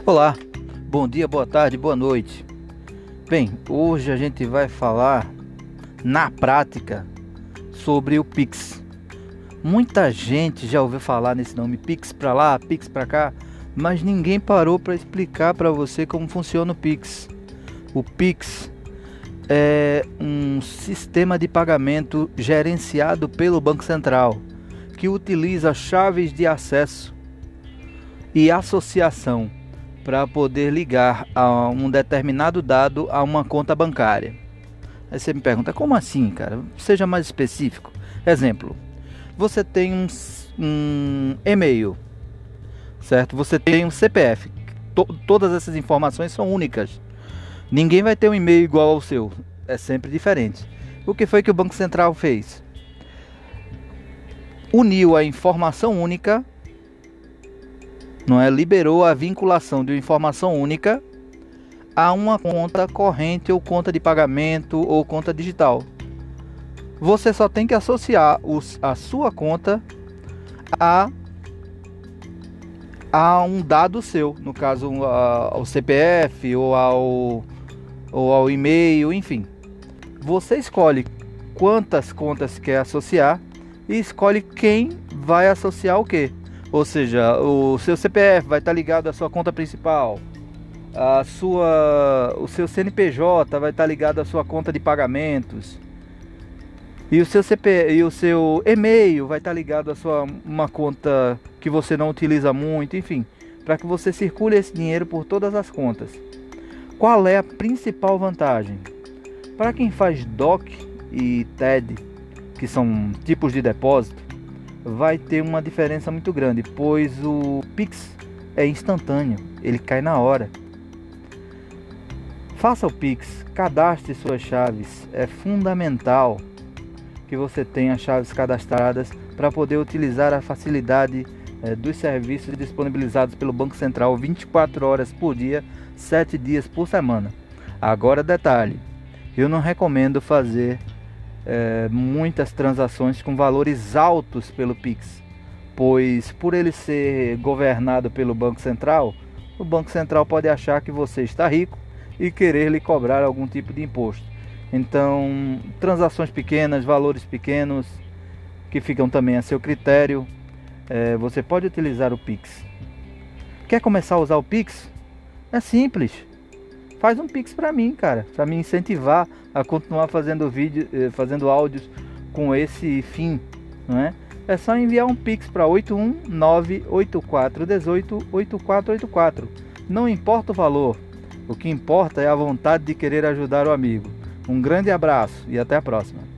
Olá, bom dia, boa tarde, boa noite. Bem, hoje a gente vai falar na prática sobre o Pix. Muita gente já ouviu falar nesse nome Pix para lá, Pix para cá, mas ninguém parou para explicar para você como funciona o Pix. O Pix é um sistema de pagamento gerenciado pelo Banco Central, que utiliza chaves de acesso e associação para poder ligar a um determinado dado a uma conta bancária. Aí você me pergunta, como assim, cara? Seja mais específico. Exemplo, você tem um e-mail, certo? Você tem um CPF. Todas essas informações são únicas. Ninguém vai ter um e-mail igual ao seu. É sempre diferente. O que foi que o Banco Central fez? Uniu a informação única, liberou a vinculação de uma informação única a uma conta corrente ou conta de pagamento ou conta digital. Você só tem que associar a sua conta a um dado seu, no caso ao CPF ou ao e-mail, enfim. Você escolhe quantas contas quer associar e escolhe quem vai associar o quê. Ou seja, o seu CPF vai estar ligado à sua conta principal, o seu CNPJ vai estar ligado à sua conta de pagamentos, e o seu e o seu e-mail vai estar ligado a uma conta que você não utiliza muito, enfim, para que você circule esse dinheiro por todas as contas. Qual é a principal vantagem? Para quem faz DOC e TED, que são tipos de depósito, vai ter uma diferença muito grande, pois o Pix é instantâneo, ele cai na hora. Faça o Pix, cadastre suas chaves, é fundamental que você tenha chaves cadastradas para poder utilizar a facilidade dos serviços disponibilizados pelo Banco Central 24 horas por dia, 7 dias por semana. Agora detalhe, eu não recomendo fazer muitas transações com valores altos pelo Pix, pois por ele ser governado pelo Banco Central, o Banco Central pode achar que você está rico e querer lhe cobrar algum tipo de imposto. Então, transações pequenas, valores pequenos, que ficam também a seu critério, você pode utilizar o Pix. Quer começar a usar o Pix? É simples. Faz um Pix para mim, cara, para me incentivar a continuar fazendo fazendo áudios com esse fim, não é? É só enviar um Pix para 81984188484. Não importa o valor, o que importa é a vontade de querer ajudar o amigo. Um grande abraço e até a próxima.